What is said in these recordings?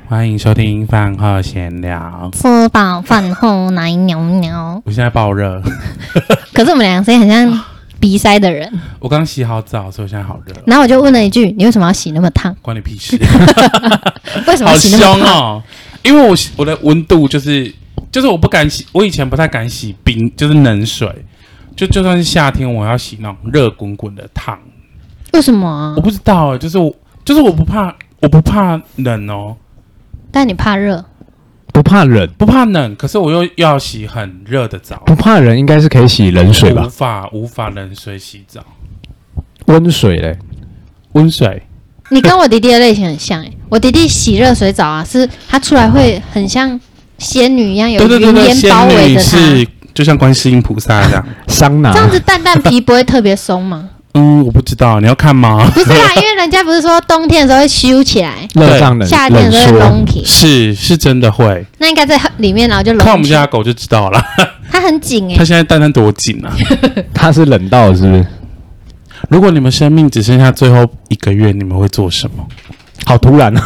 欢迎收听饭后闲聊。 吃饱饭后来尿尿。 我现在爆热， 可是我们两个声音很像鼻塞的人。 我刚洗好澡，所以我现在好热。 然后我就问了一句：“你为什么要洗那么烫？ 关你屁事！ 为什么要洗那么烫？” 好凶哦！因为我的温度就是我不敢洗，我以前不太敢洗冰，就是冷水，就算是夏天，我要洗那种热滚滚的烫。 为什么啊？ 我不知道哎，就是我不怕冷哦。 但你怕热， 不怕冷， 不怕冷，可是我又要洗很热的澡。 不怕冷应该是可以洗冷水吧？ 无法冷水洗澡。 温水嘞？ 温水。 你跟我弟弟的类型很像哎。我弟弟洗热水澡啊，是他出来会很像仙女一样，有云烟包围着他， 是就像观世音菩萨这样。 桑拿这样子蛋蛋皮不会特别松吗？ 我不知道，你要看吗？ 不是啦，因为人家不是说冬天的时候会修起来， 热胀冷， 夏天的时候会隆起， 是真的会。 那应该在里面，然后就隆起。 看我们家的狗就知道了， 它很紧它现在蛋蛋多紧啊！ 它是冷到是不是？ 如果你们生命只剩下最后1个月，你们会做什么？ 好突然啊！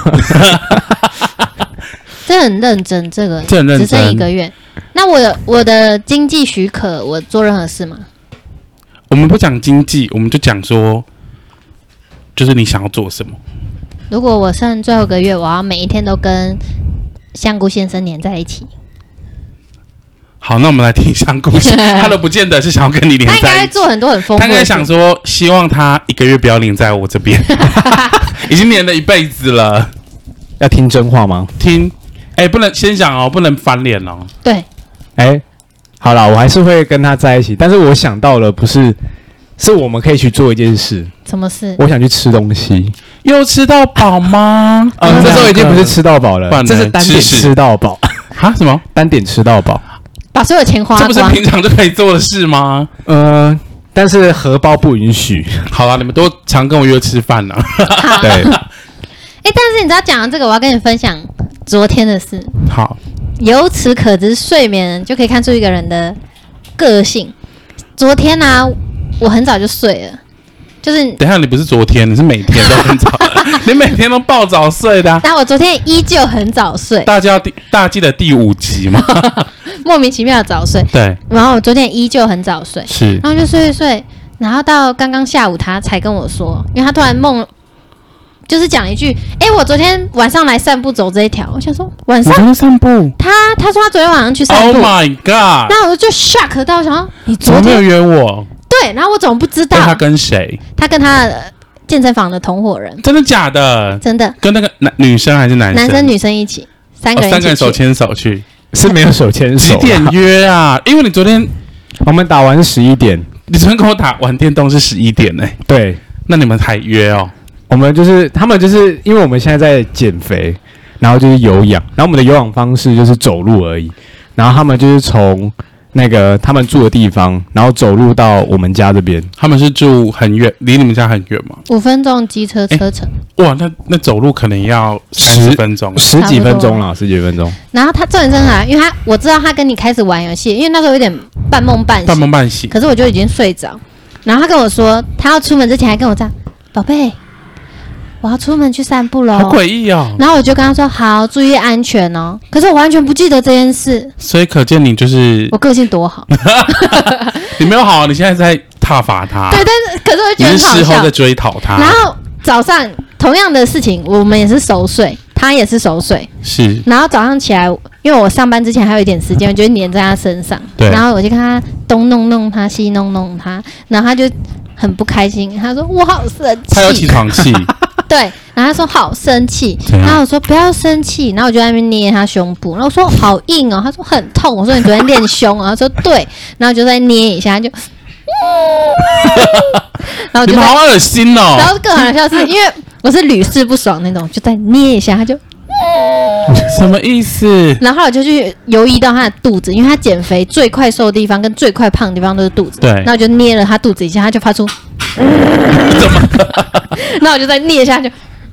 这很认真，这个很认真， 只剩1个月。那我的经济许可，我做任何事吗？ 我们不讲经济，我们就讲说，就是你想要做什么。 如果我剩最后1个月，我要每一天都跟香菇先生黏在一起。 好，那我们来听香菇先生，他都不见得是想要跟你黏在一起。 他应该做很多很丰富的事。 他应该想说，希望他1个月不要黏在我这边，已经黏了一辈子了。 要听真话吗？ 听，不能先讲哦，不能翻脸哦。 对， 好啦，我还是会跟他在一起，但是我想到了，是我们可以去做一件事。 什么事？ 我想去吃东西。 又吃到饱吗？ 这时候已经不是吃到饱了，这是单点吃到饱。 啊？什么？ 单点吃到饱？ 把所有钱花光？ 这不是平常就可以做的事吗？ 但是荷包不允许。 好啦，你们都常跟我约吃饭了。 对。 但是你知道讲到这个，我要跟你分享昨天的事。 好。 由此可知，睡眠就可以看出一个人的个性。昨天啊，我很早就睡了，就是等一下，你不是昨天，你是每天都很早，你每天都爆早睡的。 但我昨天依旧很早睡。 大家记得第5集吗？ 莫名其妙的早睡。 对。 然后我昨天依旧很早睡， 是。 然后就睡，然后到刚刚下午他才跟我说，因为他突然就是讲一句，我昨天晚上来散步走这一条，我想说晚上散步， 他说他昨天晚上去散步 ，Oh my god！ 那我就 shock 到，想说你昨天没有约我？ 对，然后我怎么不知道？ 他跟谁？ 他跟他的健身房的同伙人。 真的假的？ 真的。 跟那个女生还是男生？ 男生女生一起，3个人一起去。 3个人手牵手去， 是没有手牵手。 几点约啊？因为你昨天我们打完11点， 你昨天跟我打玩电动是11点呢。 对， 那你们还约哦？ 他们就是因为我们现在在减肥，然后就是有氧，然后我们的有氧方式就是走路而已，然后他们就是从那个他们住的地方，然后走路到我们家这边。 他们是住很远，离你们家很远吗 ？5分钟机车车程。 哇，那走路可能要30分钟 ，10几分钟了，10几分钟。 然后他重点真的，因为我知道他跟你开始玩游戏，因为那时候有点半梦半醒，可是我就已经睡着。然后他跟我说，他要出门之前还跟我这样，宝贝。我要出门去散步咯。 好诡异哦。 然后我就跟他说好，注意安全哦。可是我完全不记得这件事， 所以可见你就是我个性多好。 你没有好，你现在在挞伐他。 对，但是可是我觉得很好笑。 你是事后在追讨他。 然后早上同样的事情，我们也是熟睡，他也是熟睡。 是。 然后早上起来，因为我上班之前还有一点时间，我就黏在他身上。 对。 然后我就看他东弄他，西弄他，然后他就很不开心，他说我好生气。 他有起床气。 对，然后他说好生气，然后我说不要生气，然后我就在那边捏他胸部，然后我说好硬哦，他说很痛，我说你昨天练胸啊，他说对，然后我就再捏一下，就，然后你们好恶心哦， 然后更好笑是因为我是屡试不爽那种，就再捏一下，他就。 什么意思？ 然后我就去游移到他的肚子，因为他减肥最快瘦的地方跟最快胖的地方都是肚子。 对。 然后我就捏了他肚子一下，他就发出。 怎么？ 然后我就再捏一下，就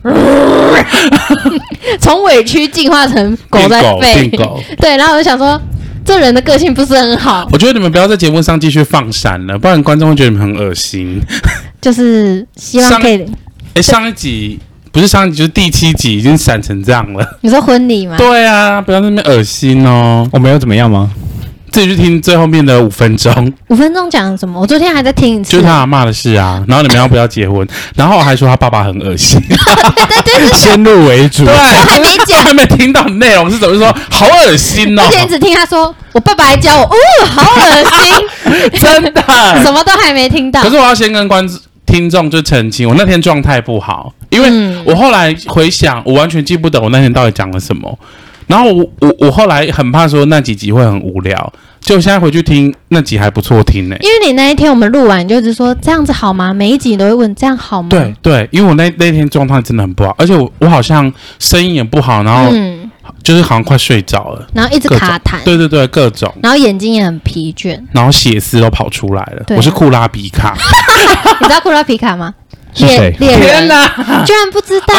从委屈进化成狗在吠。对，然后我就想说，这人的个性不是很好。 我觉得你们不要在节目上继续放闪了，不然观众会觉得你们很恶心。 就是希望可以。 上一集。不不是上一集就是第7集已经闪成这样了。 你说婚礼吗？ 对啊，不要在那边恶心哦。 我们有怎么样吗？ 自己去听最后面的5分钟。 5分钟讲什么？我昨天还在听一次。 就是他阿嬷的事啊，然后你们要不要结婚？然后我还说他爸爸很恶心。 对， 先入为主。 对， 还没讲， 还没听到内容是怎么说？好恶心哦！ 而且只听他说，我爸爸还教我，好恶心， 真的， 什么都还没听到。 可是我要先跟听众就澄清，我那天状态不好，因为我后来回想，我完全记不得我那天到底讲了什么。然后我后来很怕说那几集会很无聊，就现在回去听那集还不错听呢。 因为你那一天我们录完，你就一直说这样子好吗？每一集你都会问这样好吗？ 对，因为我那天状态真的很不好，而且我好像声音也不好，然后就是好像快睡着了， 然后一直卡痰， 对，各种， 然后眼睛也很疲倦， 然后血丝都跑出来了。我是库拉比卡， 你知道库拉皮卡吗？ 是谁？ 天哪， 居然不知道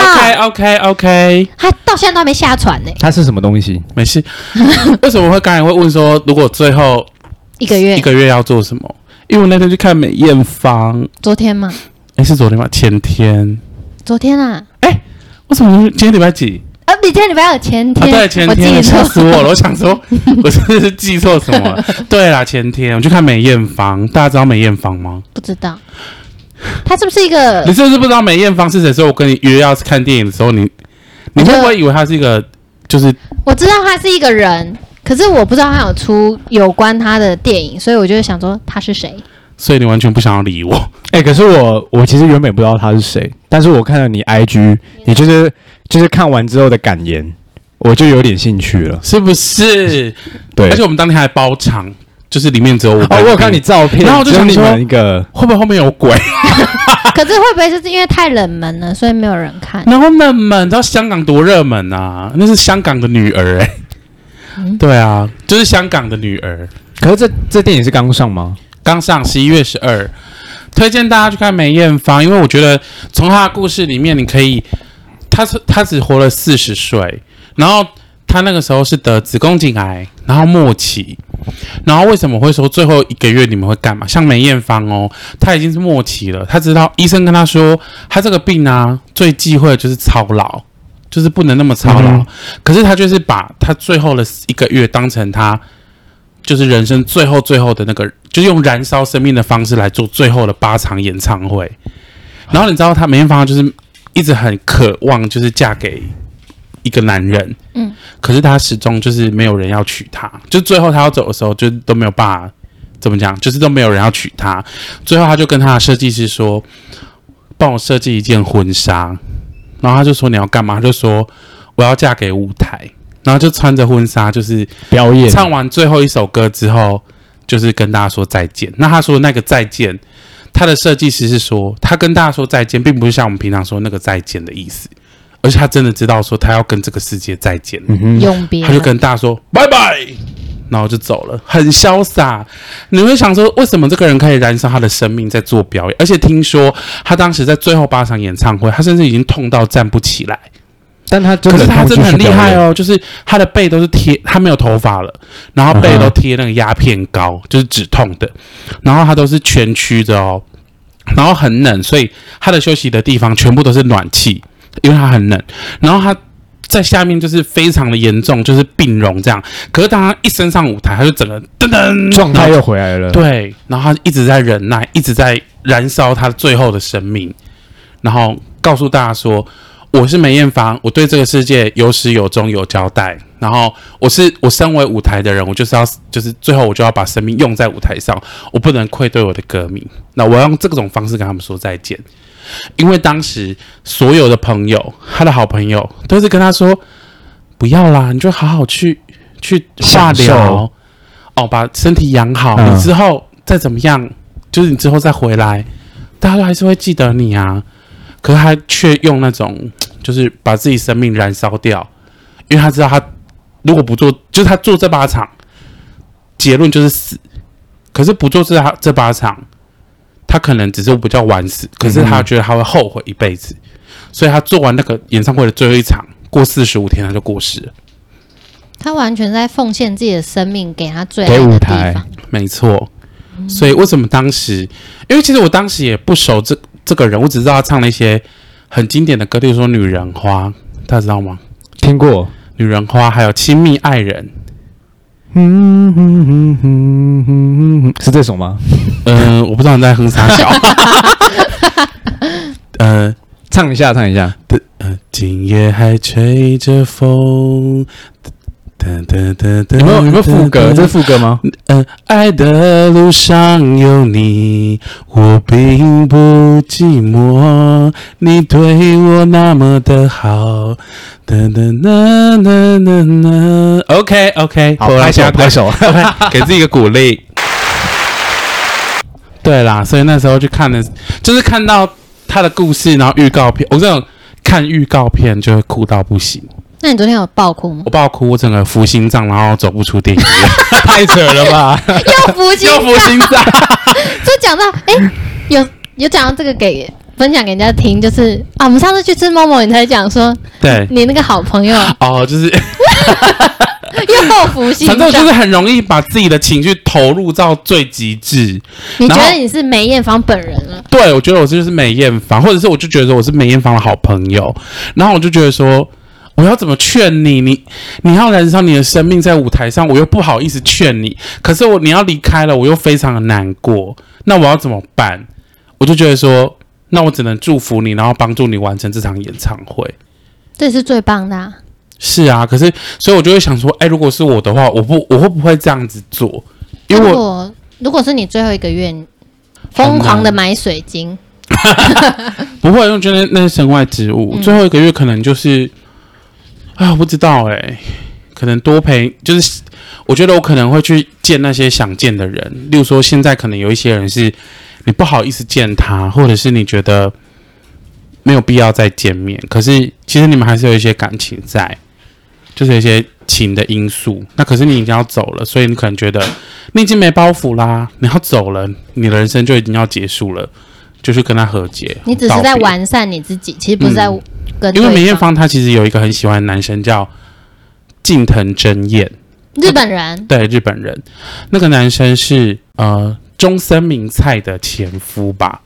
！OK， 他到现在都还没下船呢。 他是什么东西？ 没事。为什么会刚才会问说，如果最后一个月要做什么？因为我那天去看美艳坊。 昨天吗？ 是昨天吗？前天。 昨天啊。 为什么今天礼拜几？ 你今天礼拜2前天。 对，前天，吓死我了！我想说，我是记错什么了？对啦，前天我去看美艳坊，大家知道美艳坊吗？ 不知道。他是不是一个？ 你是不是不知道梅艳芳是谁？所以我跟你约要看电影的时候，你会不会以为他是一个？就是我知道他是一个人，可是我不知道他有出有关他的电影，所以我就想说他是谁。 所以你完全不想要理我。 可是我其实原本不知道他是谁，但是我看了你 IG， 你就是看完之后的感言，我就有点兴趣了， 是不是？ 对， 而且我们当天还包场。就是里面只有我。 我有看你照片， 然后我就想说， 一个会不会后面有鬼？ 可是会不会就是因为太冷门了，所以没有人看？ 然后冷门，你知道香港多热门啊？那是香港的女儿对啊，就是香港的女儿。 可是这电影是刚上吗？ 刚上，11月12。推荐大家去看梅艳芳，因为我觉得从她的故事里面，你可以，她只活了40岁，然后她那个时候是得子宫颈癌，然后末期。然后为什么会说最后1个月你们会干嘛？像梅艳芳她已经是末期了，她知道医生跟她说，她这个病啊，最忌讳的就是操劳，就是不能那么操劳。可是她就是把她最后的1个月当成她就是人生最后的那个，就是用燃烧生命的方式来做最后的8场演唱会。然后你知道她梅艳芳就是一直很渴望，就是嫁给一个男人，可是他始终就是没有人要娶她，就最后他要走的时候，就都没有办法，怎么讲，就是都没有人要娶她。最后他就跟他的设计师说，帮我设计一件婚纱，然后他就说你要干嘛？他就说我要嫁给舞台，然后就穿着婚纱，就是表演， 唱完最后一首歌之后，就是跟大家说再见。那他说那个再见，他的设计师是说，他跟大家说再见，并不是像我们平常说那个再见的意思。而且他真的知道说他要跟这个世界再见， 永别， 他就跟大家说拜拜，然后就走了，很潇洒。你会想说，为什么这个人可以燃烧他的生命在做表演？而且听说他当时在最后8场演唱会，他甚至已经痛到站不起来。 但他可是他真的很厉害哦，就是他的背都是贴，他没有头发了，然后背都贴那个鸦片膏，就是止痛的，然后他都是全区的哦，然后很冷，所以他的休息的地方全部都是暖气。因为他很冷，然后他在下面就是非常的严重，就是病容这样。可是当他一升上舞台，他就整个噔噔状态又回来了。 对，然后他一直在忍耐，一直在燃烧他最后的生命，然后告诉大家说：“我是梅艳芳，我对这个世界有始有终，有交代。然后我身为舞台的人，我就是最后我就要把生命用在舞台上，我不能愧对我的歌迷。那我要用这种方式跟他们说再见。”因为当时所有的朋友，他的好朋友都是跟他说：“不要啦，你就好好去化疗把身体养好，你之后再怎么样，就是你之后再回来，大家都还是会记得你啊。”可是他却用那种，就是把自己生命燃烧掉，因为他知道他如果不做，就是他做这8场，结论就是死。可是不做这8场。他可能只是比较晚死，可是他觉得他会后悔一辈子，所以他做完那个演唱会的最后1场，过45天他就过世了。 他完全在奉献自己的生命给他最爱的地方。 没错，所以为什么当时？因为其实我当时也不熟这个人，我只知道他唱了一些很经典的歌，例如说《女人花》，大家知道吗？ 听过《 女人花》，还有《亲密爱人》。 是这首吗？ 我不知道你在哼啥小。 唱一下。 今夜还吹着风。 有没有副歌？这是副歌吗？ 爱的路上有你，我并不寂寞，你对我那么的好。OK， 好，拍手， 给自己一个鼓励。对啦，所以那时候去看的，就是看到他的故事，然后预告片，我这种看预告片就会哭到不行。 那你昨天有爆哭吗？ 我爆哭，我整个扶心脏，然后走不出电影院， 太扯了吧！ 又扶心脏，就讲到有讲到这个分享给人家听，就是我们上次去吃某你才讲说， 对你那个好朋友就是又扶心脏， 反正我就是很容易把自己的情绪投入到最极致。 你觉得你是梅艳芳本人了？ 对，我觉得我就是梅艳芳，或者是我就觉得我是梅艳芳的好朋友，然后我就觉得说。我要怎么劝你？你要燃烧你的生命在舞台上，我又不好意思劝你。可是你要离开了，我又非常的难过。那我要怎么办？我就觉得说，那我只能祝福你，然后帮助你完成这场演唱会。 这是最棒的啊。 是啊，可是所以我就会想说，如果是我的话，我会不会这样子做？因为如果是你最后一个月，疯狂的买水晶， 不会，我觉得那是身外之物。最后一个月可能就是。我不知道可能多陪，就是我觉得我可能会去见那些想见的人，例如说现在可能有一些人是你不好意思见他，或者是你觉得没有必要再见面，可是其实你们还是有一些感情在，就是有一些情的因素。那可是你已经要走了，所以你可能觉得你已经没包袱啦，你要走了，你的人生就已经要结束了，就去跟他和解。 你只是在完善你自己，其实不是在跟因为梅艳芳她其实有一个很喜欢的男生叫近藤真彦， 日本人。对， 日本人。那个男生是中森明菜的前夫吧？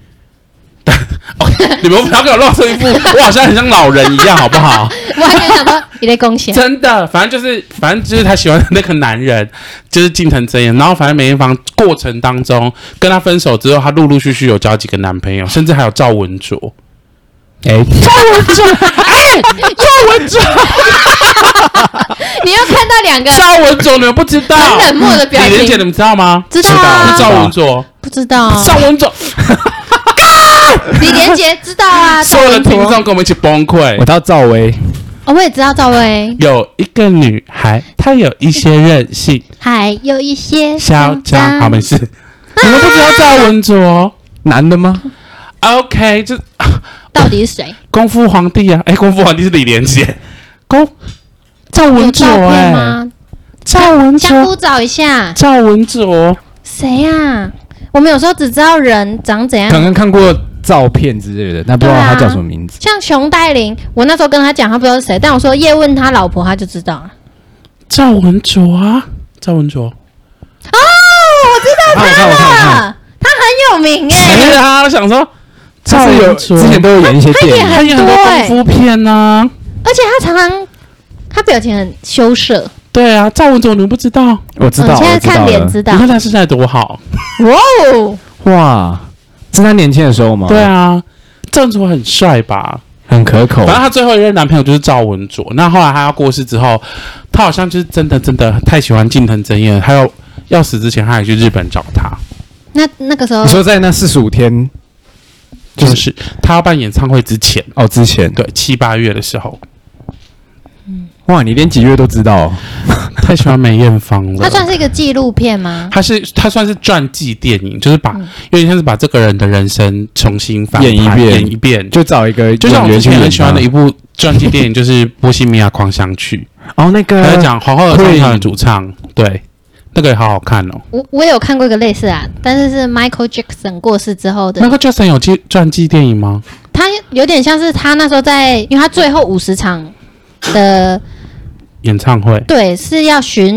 你们不要给我露出一副我好像很像老人一样，好不好？ 我还没想到你在贡献。 真的，反正就是他喜欢的那个男人，就是近藤真彦。然后反正梅艳芳过程当中跟他分手之后，他陆陆续续有交几个男朋友，甚至还有赵文卓。赵文卓，赵文卓， 你又看到两个赵文卓，你们不知道？ 很冷漠的表情。 李连杰，你们知道吗？ 知道啊。 赵文卓不知道。 赵文卓。 李连杰知道啊。 所有的听众跟我们一起崩溃。 我知道赵薇。 我也知道赵薇。 有一个女孩，她有一些任性， 还有一些嚣张。好，没事。你们不知道赵文卓男的吗 ？OK， 就到底是谁？ 功夫皇帝啊！功夫皇帝是李连杰。赵文卓赵文卓， 相互找一下。 赵文卓谁呀？我们有时候只知道人长怎样， 可能看过照片之类的，但不知道他叫什么名字。 像熊黛林，我那时候跟他讲，他不知道是谁，但我说叶问他老婆，他就知道了。 赵文卓啊，赵文卓。 哦，我知道他了，他很有名谁啊？我想说， 赵文卓之前都有演一些电影， 他演很多功夫片啊， 而且他常常他表情很羞涩。 对啊，赵文卓你们不知道？ 我知道， 现在看脸知道。 你看他身材多好！ 哇，是他年轻的时候吗？ 对啊，赵文卓很帅吧？ 很可口。 反正他最后一任男朋友就是赵文卓。那后来他要过世之后，他好像就是真的太喜欢近藤真彦，还有要死之前他还去日本找他。 那个时候， 你说在那45天， 就是他要办演唱会之前之前对7、8月的时候。 哇，你连几月都知道， 太喜欢梅艳芳了。 它算是一个纪录片吗？ 它算是传记电影，就是有点像是把这个人的人生重新翻演一遍，就找一个， 就像我之前很喜欢的一部传记电影，就是《波西米亚狂想曲》。 那个他在讲皇后合唱团的主唱，对，那个也好好看哦。 我有看过一个类似但是是 Michael Jackson 过世之后的。 Michael Jackson 有传记电影吗？ 他有点像是他那时候因为他最后50场的演唱会， 对，是要寻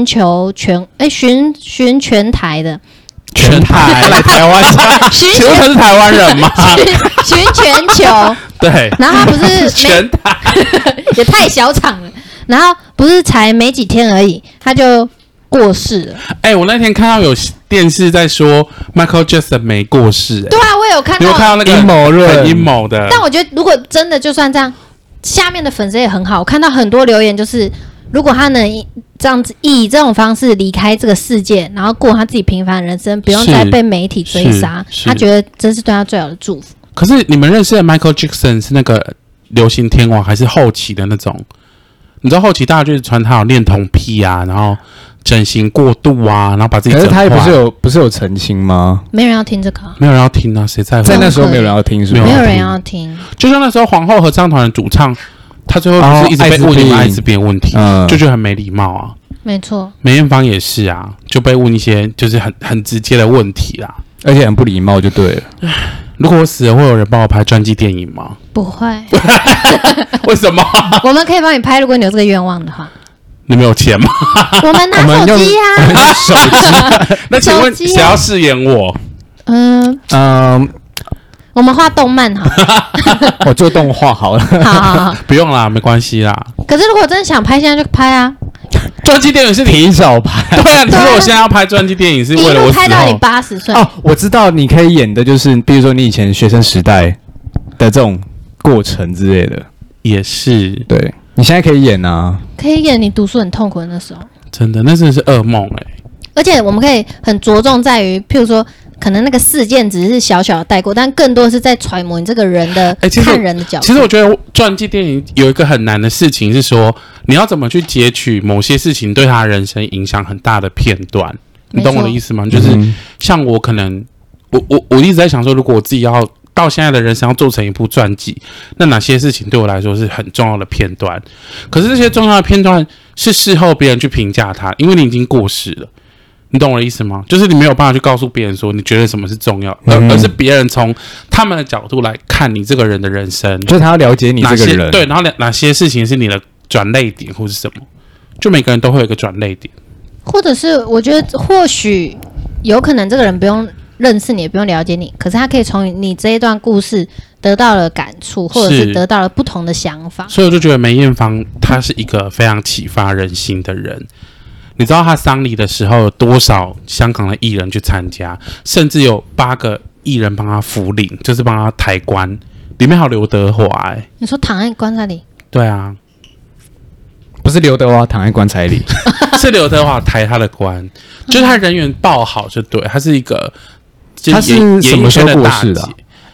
全台的， 全台来台湾，请问他是台湾人吗？ 寻全球， 对， 然后他不是全台也太小场了，然后不是才没几天而已，他就过世了。 我那天看到有电视在说 Michael Jackson 没过世。 对啊，我有看到， 你有看到那个阴谋论、 阴谋的。 但我觉得如果真的就算这样，下面的粉丝也很好，我看到很多留言就是，如果他能这样子以这种方式离开这个世界，然后过他自己平凡的人生，不用再被媒体追杀，他觉得这是对他最好的祝福。 可是你们认识的 Michael Jackson 是那个流行天王，还是后期的那种？你知道后期大家就是传他有恋童癖啊，然后整形过度啊，然后把自己整坏。可是他不是有澄清吗？ 没人要听这个， 没有人要听啊，谁在乎？ 在那时候没有人要听，是吗？ 没有人要听。 就像那时候皇后合唱团的主唱，他最后不是一直被问你们艾滋病问题，就觉得很没礼貌啊。 没错， 梅艳芳也是啊，就被问一些就是很直接的问题啦， 而且很不礼貌就对了。 如果我死了，会有人帮我拍传记电影吗？ 不会。 为什么？ 我们可以帮你拍，如果你有这个愿望的话。 你们有钱吗？ 我们拿手机啊， 手机。 那请问谁要饰演我？ 我们画动漫好了。 我做动画好了。 好， 不用啦，没关系啦。 可是如果真的想拍，现在就拍啊。 传记电影是你提早拍。 对啊，你说我现在要拍传记电影是为了我死后。 拍到你80岁。 哦，我知道你可以演的就是，比如说你以前学生时代的这种过程之类的。 也是。 对，你现在可以演啊。 可以演你读书很痛苦的那时候。 真的，那真的是噩梦而且我们可以很着重在于，譬如说，可能那个事件只是小小的带过，但更多是在揣摩你这个人的看人的角度。 其实我觉得传记电影有一个很难的事情是说，你要怎么去截取某些事情对他人生影响很大的片段，你懂我的意思吗？就是像我可能，我一直在想说，如果我自己要到现在的人生要做成一部传记，那哪些事情对我来说是很重要的片段？可是这些重要的片段是事后别人去评价他，因为你已经过世了。你懂我的意思吗？就是你没有办法去告诉别人说你觉得什么是重要，而是别人从他们的角度来看你这个人的人生， 就是他要了解你这个人， 对，然后哪些事情是你的转捩点或是什么，就每个人都会有一个转捩点， 或者是我觉得或许有可能这个人不用认识你，也不用了解你，可是他可以从你这一段故事得到了感触，或者是得到了不同的想法。 所以我就觉得梅艳芳她是一个非常启发人心的人。你知道他丧礼的时候有多少香港的艺人去参加，甚至有8个艺人帮他扶灵，就是帮他抬棺，里面还有刘德华你说躺在棺材里？ 对啊， 不是刘德华躺在棺材里， 是刘德华抬他的棺，就是他人缘爆好就对，他是一个， 他是什么时候过世的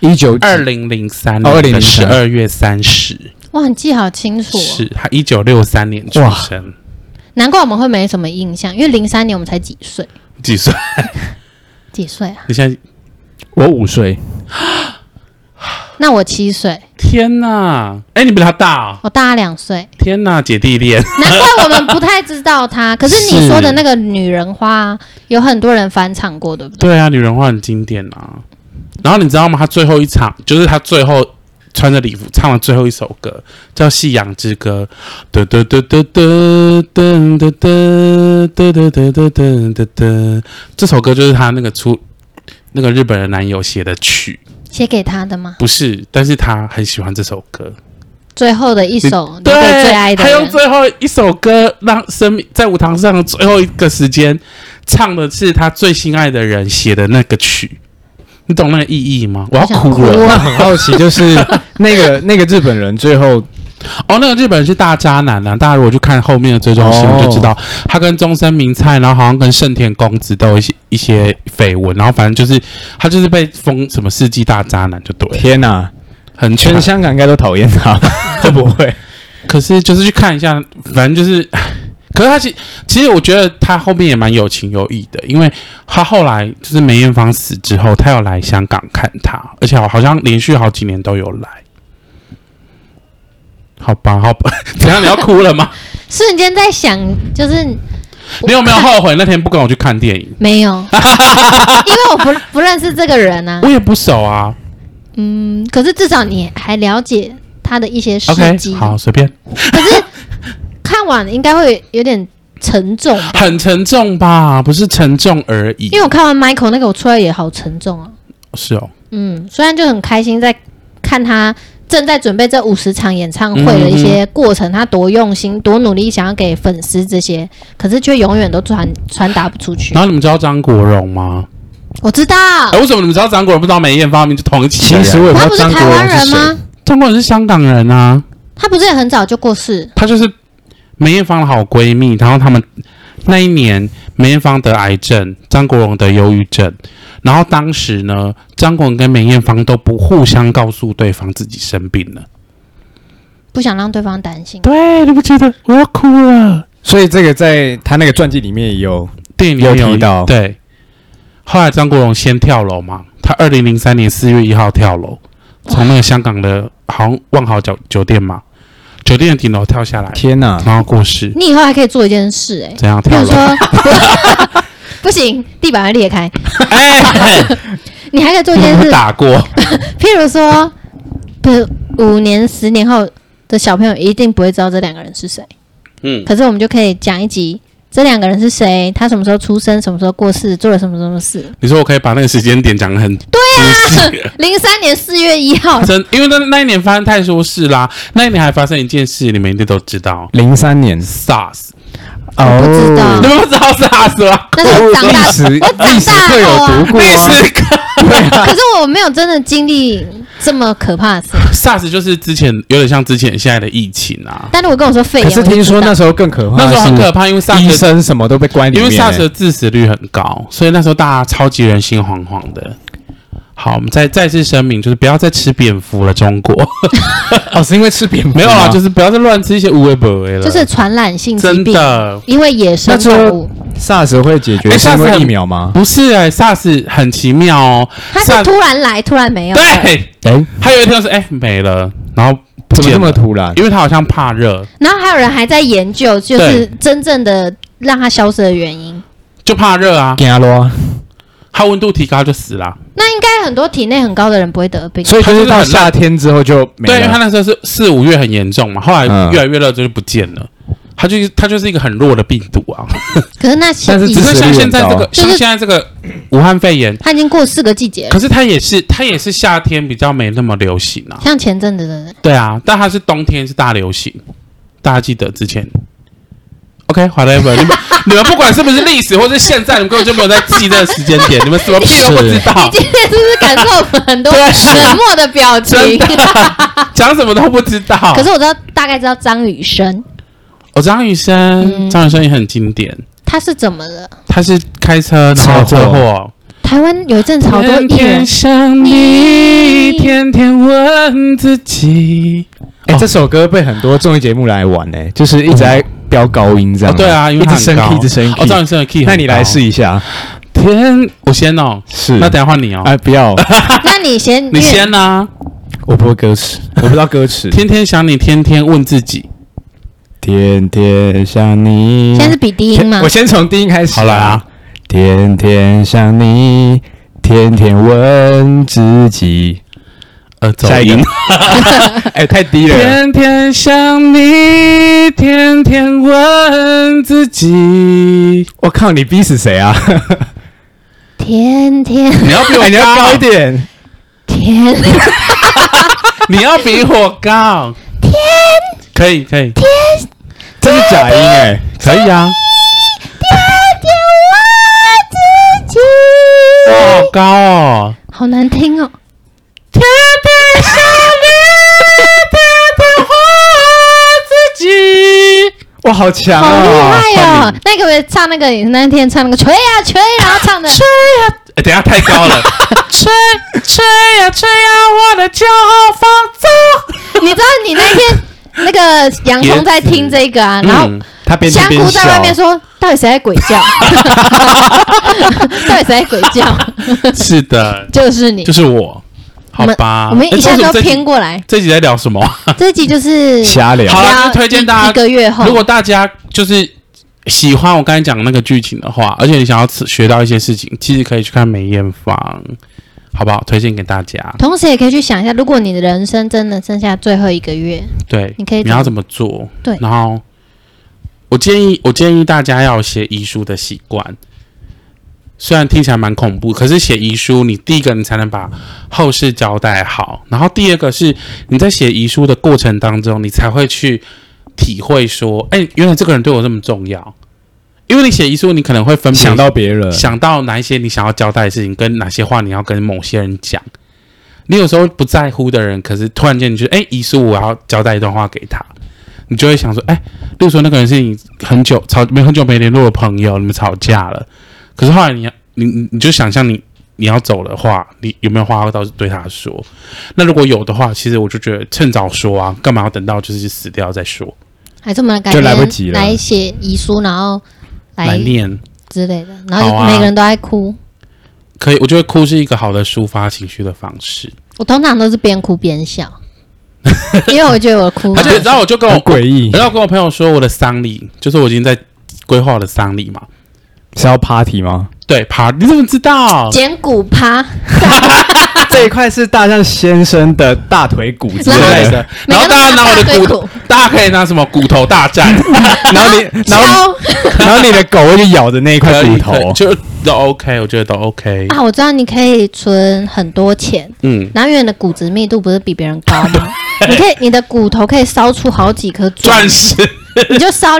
？2003年12月30。 哇，你记好清楚是他1963年出生。 难怪我们会没什么印象，因为03年我们才几岁？ 几岁？ 几岁啊？ 你现在我5岁， 那我7岁。 天哪！你比他大哦。 我大他2岁。 天哪，姐弟恋。 难怪我们不太知道他。可是你说的那个女人花，有很多人翻唱过，对不对？ 对啊，女人花很经典啊。然后你知道吗？他最后一场就是他最后穿着礼服唱了最后一首歌，叫《夕阳之歌》。哒哒哒哒哒哒哒哒哒哒哒哒。这首歌就是他那个日本的男友写的曲， 写给他的吗？ 不是，但是他很喜欢这首歌。 最后的一首，对最爱的人， 他用最后一首歌让生命在舞台上的最后一个时间唱的是他最心爱的人写的那个曲。你懂那个意义吗？我要哭了。 那很好奇，就是那个日本人最后， 那个日本人是大渣男啊！大家如果去看后面的追踪新闻就知道，他跟中森明菜，然后好像跟盛田恭子都有一些绯闻，然后反正就是他就是被封什么世纪大渣男就对了。 天哪，全香港应该都讨厌他，会不会？ 可是就是去看一下，反正就是。可是他其实我觉得他后面也蛮有情有义的，因为他后来就是梅艳芳死之后，他有来香港看他，而且好像连续好几年都有来。好吧，怎样？你要哭了吗？ 瞬间在想，就是你有没有后悔那天不跟我去看电影？ 没有，因为我不认识这个人啊， 我也不熟啊。 可是至少你还了解他的一些事迹。 Okay, 好，随便。 可是。看完应该会有点沉重吧， 很沉重吧，不是沉重而已。 因为我看完 Michael 那个，我出来也好沉重啊。 是哦， 虽然就很开心在看他正在准备这50场演唱会的一些过程，他多用心、多努力，想要给粉丝这些，可是却永远都传达不出去。 然后你们知道张国荣吗？ 我知道。 为什么你们知道张国荣，不知道梅艳芳？就同一起。 其实我也不知道张国荣是谁。 张国荣是香港人啊。 他不是也很早就过世？ 他就是梅艳芳的好闺蜜，然后他们那一年梅艳芳得癌症，张国荣得忧郁症。然后当时呢，张国荣跟梅艳芳都不互相告诉对方自己生病了， 不想让对方担心。 对，你不觉得我要哭了？ 所以这个在他那个传记里面也有， 电影里面有提到。 对，后来张国荣先跳楼嘛，他2003年4月1号跳楼，从那个香港的万豪酒店嘛，酒店的顶楼跳下来， 天哪， 然后过世。 你以后还可以做一件事， 怎样跳楼？ 比如说。不行，地板会裂开。你还可以做一件事， 打过。 譬如说，5年、10年后的小朋友一定不会知道这2个人是谁。可是我们就可以讲一集，这2个人是谁，他什么时候出生，什么时候过世，做了什么什么事。 你说我可以把那个时间点讲得很对啊，03年4月1号， 因为那一年发生太多事啦，那一年还发生一件事，你们一定都知道。 03年 SARS。 我不知道， 你们不知道 SARS 吗？ 但是我长大， 历史课有读过啊。 可是我没有真的经历这么可怕的事。 SARS 就是之前有点像之前现在的疫情啊。 但是我跟我说肺炎， 可是听说那时候更可怕， 那时候很可怕，因为 SARS 医生什么都被关里面， 因为 SARS 的致死率很高，所以那时候大家超级人心惶惶的。好，我们再次声明，就是不要再吃蝙蝠了，中国。 是因为吃蝙蝠？ 没有啦，就是不要再乱吃一些无为不为了。 就是传染性疾病， 真的， 因为野生动物。 SARS 会解决是因为疫苗吗？ 不是SARS 很奇妙哦， 它是突然来，突然没有。 对，还有一天是没了，然后怎么这么突然？ 因为它好像怕热。 然后还有人还在研究，就是真正的让它消失的原因， 就怕热啊。它温度提高就死了。 那应该很多体内很高的人不会得病， 所以就是到夏天之后就没了。 对，因为他那时候是4、5月很严重嘛，后来越来越热就不见了。它就是一个很弱的病毒啊。 可是但是只是像现在这个，像现在这个武汉肺炎， 它已经过4个季节了。 可是它也是夏天比较没那么流行啊。 像前阵子的。 对啊，但它是冬天是大流行，大家记得之前。OK，whatever， 你们不管是不是历史或是现在，你们根本就没有在记这个时间点，你们什么屁都不知道。 你今天是不是感受很多沉默的表情？ 讲什么都不知道。 可是我大概知道张雨生。 张雨生也很经典。 他是怎么了？ 他是开车然后车祸。 台湾有一阵子好多艺人。 天天想你，天天问自己。 这首歌被很多综艺节目来玩就是一直在飙高音这样。 对啊，因为一直升 key， 一直升 key。 张雨生的 key， 那你来试一下。 我先是。 那等一下换你哦。 不要。 那你先。 你先啊。 我不会歌词，我不知道歌词。 天天想你，天天问自己。 天天想你。 现在是比低音吗？ 我先从低音开始。 好来啊。 天天想你，天天问自己。 走音。 太低了。 天天想你，天天问自己。 我靠，你逼死谁啊？ 天天。 你要比我你要高一点。 天。 你要比我高。 天。 可以。 天。 这是假音可以啊。 天天问自己。 好高哦。 好难听哦。 天天想你，天天问自己。 哇，好强啊！ 好厉害哦！那个唱那个，那天唱那个吹呀吹，然后唱的吹呀，等一下太高了。吹呀吹呀，我的骄傲放纵。 你知道你那天那个洋葱在听这个啊，然后他边听边笑， 香菇在外面说：“到底谁在鬼叫？到底谁在鬼叫？” 是的， 就是你， 就是我。好吧， 我们一下都偏过来。 这集在聊什么？ 这集就是瞎聊。 好了，就推荐大家 1个月后， 如果大家就是喜欢我刚才讲的那个剧情的话，而且你想要学到一些事情，其实可以去看梅艳芳，好不好？推荐给大家。 同时也可以去想一下，如果你的人生真的剩下最后1个月， 对，你要怎么做？ 对， 然后我建议大家要有写遗书的习惯。 虽然听起来蛮恐怖，可是写遗书，你第一个你才能把后事交代好，然后第二个是你在写遗书的过程当中，你才会去体会说，原来这个人对我这么重要。因为你写遗书，你可能会分别想到别人， 想到哪一些你想要交代的事情，跟哪些话你要跟某些人讲。你有时候不在乎的人，可是突然间你觉得，遗书我要交代一段话给他，你就会想说，例如说那个人是你很久没联络的朋友，你们吵架了。可是后来你就想象你要走的话，你有没有话要到对他说？那如果有的话，其实我就觉得趁早说啊，干嘛要等到就是死掉再说？ 还是我们改就来不及了， 来写遗书，然后来念之类的，然后每个人都爱哭。 可以，我觉得哭是一个好的抒发情绪的方式。 我通常都是边哭边笑，因为我觉得我哭。 而且然后我就跟我诡异， 然后跟我朋友说我的丧礼，就是我已经在规划我的丧礼嘛。 是要 party 吗？ 对 ，party， 你怎么知道？ 捡骨趴， 这一块是大象先生的大腿骨之类的。 然后大家拿我的骨头，大家可以拿什么骨头大战， 然后你的狗会去咬着那一块骨头， 就都 OK， 我觉得都 OK 啊。我知道你可以存很多钱，然后因为你的骨质密度不是比别人高吗？你的骨头可以烧出好几颗钻石， 你就烧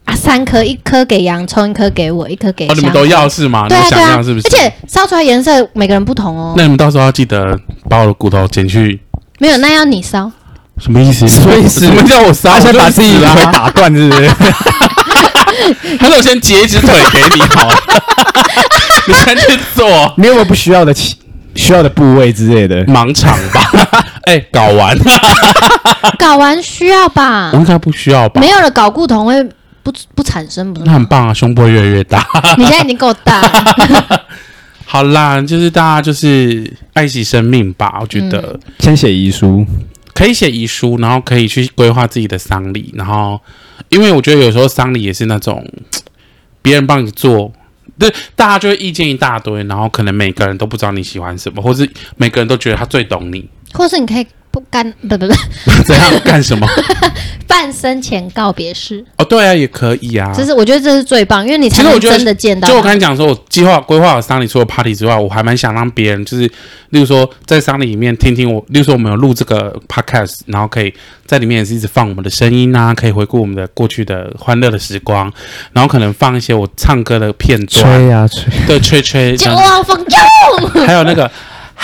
3颗，一颗给洋葱，一颗给我，一颗给。 你们都要是吗？ 对啊， 想要是不是？ 而且烧出来颜色每个人不同哦。 那你们到时候要记得把我的骨头捡去。 没有，那要你烧。 什么意思？ 什么意思？ 什么叫我烧？ 他先把自己腿打断，是不是？ 他说我先截一只腿给你好了，你先去做。 你有没有不需要的部位之类的？ 盲肠吧？睾丸。 睾丸需要吧？ 应该不需要吧？ 没有了，睾固酮会不产生，不是？ 那很棒啊，胸部会越来越大。 你现在已经够大了。 好啦，就是大家就是爱惜生命吧。我觉得先写遗书， 可以写遗书，然后可以去规划自己的丧礼。然后，因为我觉得有时候丧礼也是那种别人帮你做。对，大家就会意见一大堆，然后可能每个人都不知道你喜欢什么，或是每个人都觉得他最懂你， 或是你可以不怎样干什么？ 办生前告别式哦，对啊，也可以啊。 我觉得这是最棒，因为你才能真的见到。 就我刚才讲说，我规划了丧礼除了 party 之外，我还蛮想让别人就是，例如说在丧礼里面听听我，例如说我们有录这个 podcast， 然后可以在里面也是一直放我们的声音啊，可以回顾我们的过去的欢乐的时光，然后可能放一些我唱歌的片段， 吹啊吹， 对，吹， 就望风用， 还有那个哈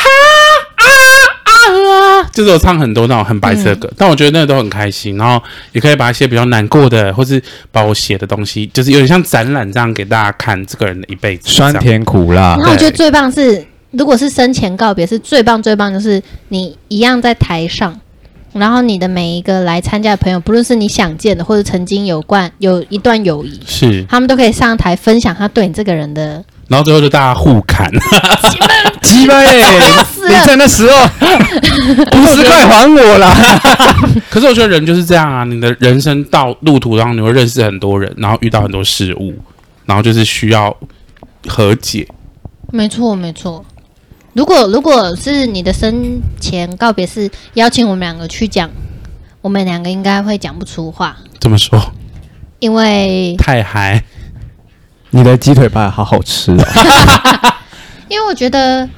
就是我唱很多那种很白色的歌，但我觉得那个都很开心，然后也可以把一些比较难过的，或是把我写的东西，就是有点像展览这样给大家看这个人的一辈子酸甜苦辣。 然后我觉得最棒是，如果是生前告别，是最棒就是你一样在台上，然后你的每一个来参加的朋友，不论是你想见的，或者曾经有一段友谊，是他们都可以上台分享他对你这个人的。 然后最后就大家互砍， 鸡巴耶！你在那时候50块还我啦。 可是我觉得人就是这样啊，你的人生到路途上，你会认识很多人，然后遇到很多事物，然后就是需要和解。 没错。如果是你的生前告别是邀请我们两个去讲，我们两个应该会讲不出话。 怎么说？ 因为太嗨。 你的鸡腿排好好吃哦。 因为我觉得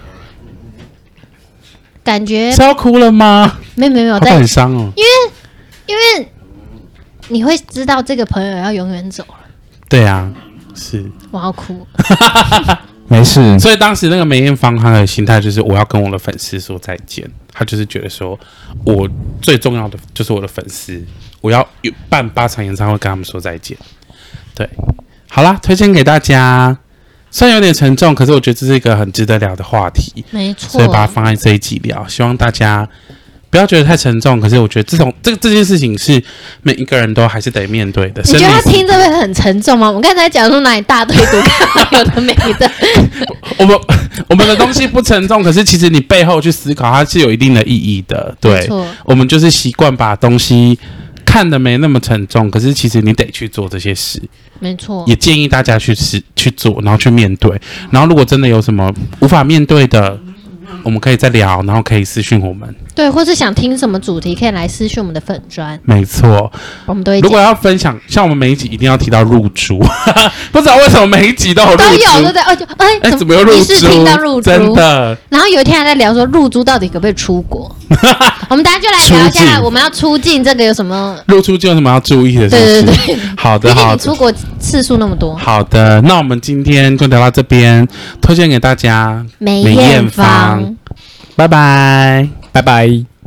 感觉是要哭了吗？ 没有， 很伤哦。 因为你会知道这个朋友要永远走了。 对啊，是。 我要哭。 没事。 所以当时那个梅艳芳她的心态就是我要跟我的粉丝说再见，她就是觉得说我最重要的就是我的粉丝，我要办8场演唱会跟他们说再见。对。好啦，推荐给大家，虽然有点沉重，可是我觉得这是一个很值得聊的话题， 没错， 所以把它放在这一集聊，希望大家不要觉得太沉重。可是我觉得这件事情是每一个人都还是得面对的。 你觉得他听这边很沉重吗？我们刚才讲说哪里大腿骨有的没的， 我们的东西不沉重，可是其实你背后去思考，它是有一定的意义的。对，我们就是习惯把东西看得没那么沉重，可是其实你得去做这些事。 没错， 也建议大家去做，然后去面对。然后如果真的有什么无法面对的， 我们可以再聊，然后可以私讯我们。 对，或是想听什么主题，可以来私讯我们的粉专。 没错， 我们都会。 如果要分享，像我们每一集一定要提到入猪，不知道为什么每一集都有入猪， 都有对不对？ 怎么有入猪？ 听到入猪， 真的。 然后有一天还在聊说入猪到底可不可以出国？我们大家就来聊一下，我们要出境这个有什么？ 入出境有什么要注意的？ 对对对， 好的好的。 你出国次数那么多。 好的，那我们今天就聊到这边，推荐给大家梅艳芳， 拜拜， 拜拜。